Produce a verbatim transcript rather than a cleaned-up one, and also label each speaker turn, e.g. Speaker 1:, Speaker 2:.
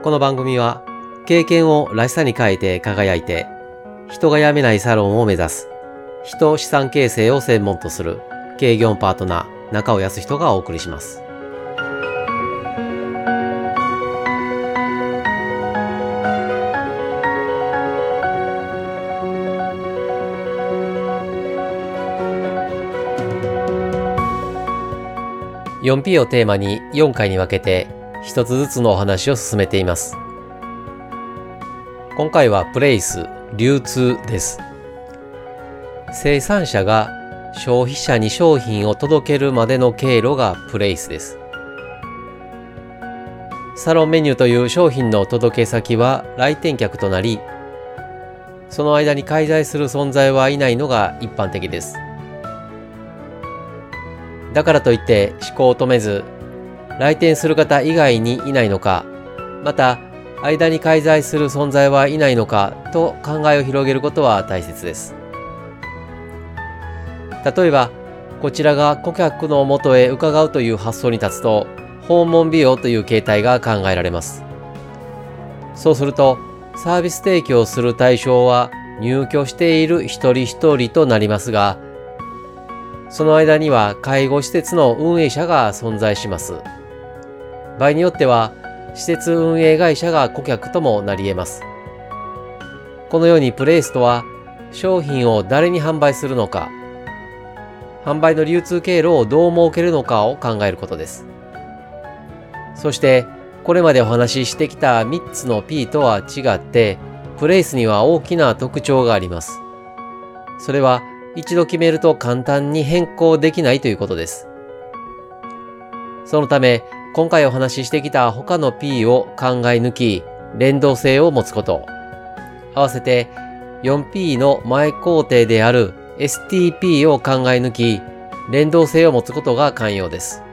Speaker 1: この番組は経験をらしさに変えて輝いて人が辞めないサロンを目指す人資産形成を専門とする経営業パートナー中尾康人がお送りします。よんピー をテーマによんかいに分けて一つずつのお話を進めています。今回はプレイス、流通です。生産者が消費者に商品を届けるまでの経路がプレイスです。サロンメニューという商品の届け先は来店客となり、その間に介在する存在はいないのが一般的です。だからといって思考を止めず、来店する方以外にいないのか、また間に介在する存在はいないのかと考えを広げることは大切です。例えば、こちらが顧客の元へ伺うという発想に立つと、訪問美容という形態が考えられます。そうすると、サービス提供する対象は入居している一人一人となりますが、その間には介護施設の運営者が存在します。場合によっては、施設運営会社が顧客ともなり得ます。このようにプレイスとは、商品を誰に販売するのか、販売の流通経路をどう設けるのかを考えることです。そして、これまでお話ししてきたみっつの P とは違って、プレイスには大きな特徴があります。それは、一度決めると簡単に変更できないということです。そのため、今回お話ししてきた他の P を考え抜き、連動性を持つこと。合わせて よんピー の前工程である エスティーピー を考え抜き、連動性を持つことが肝要です。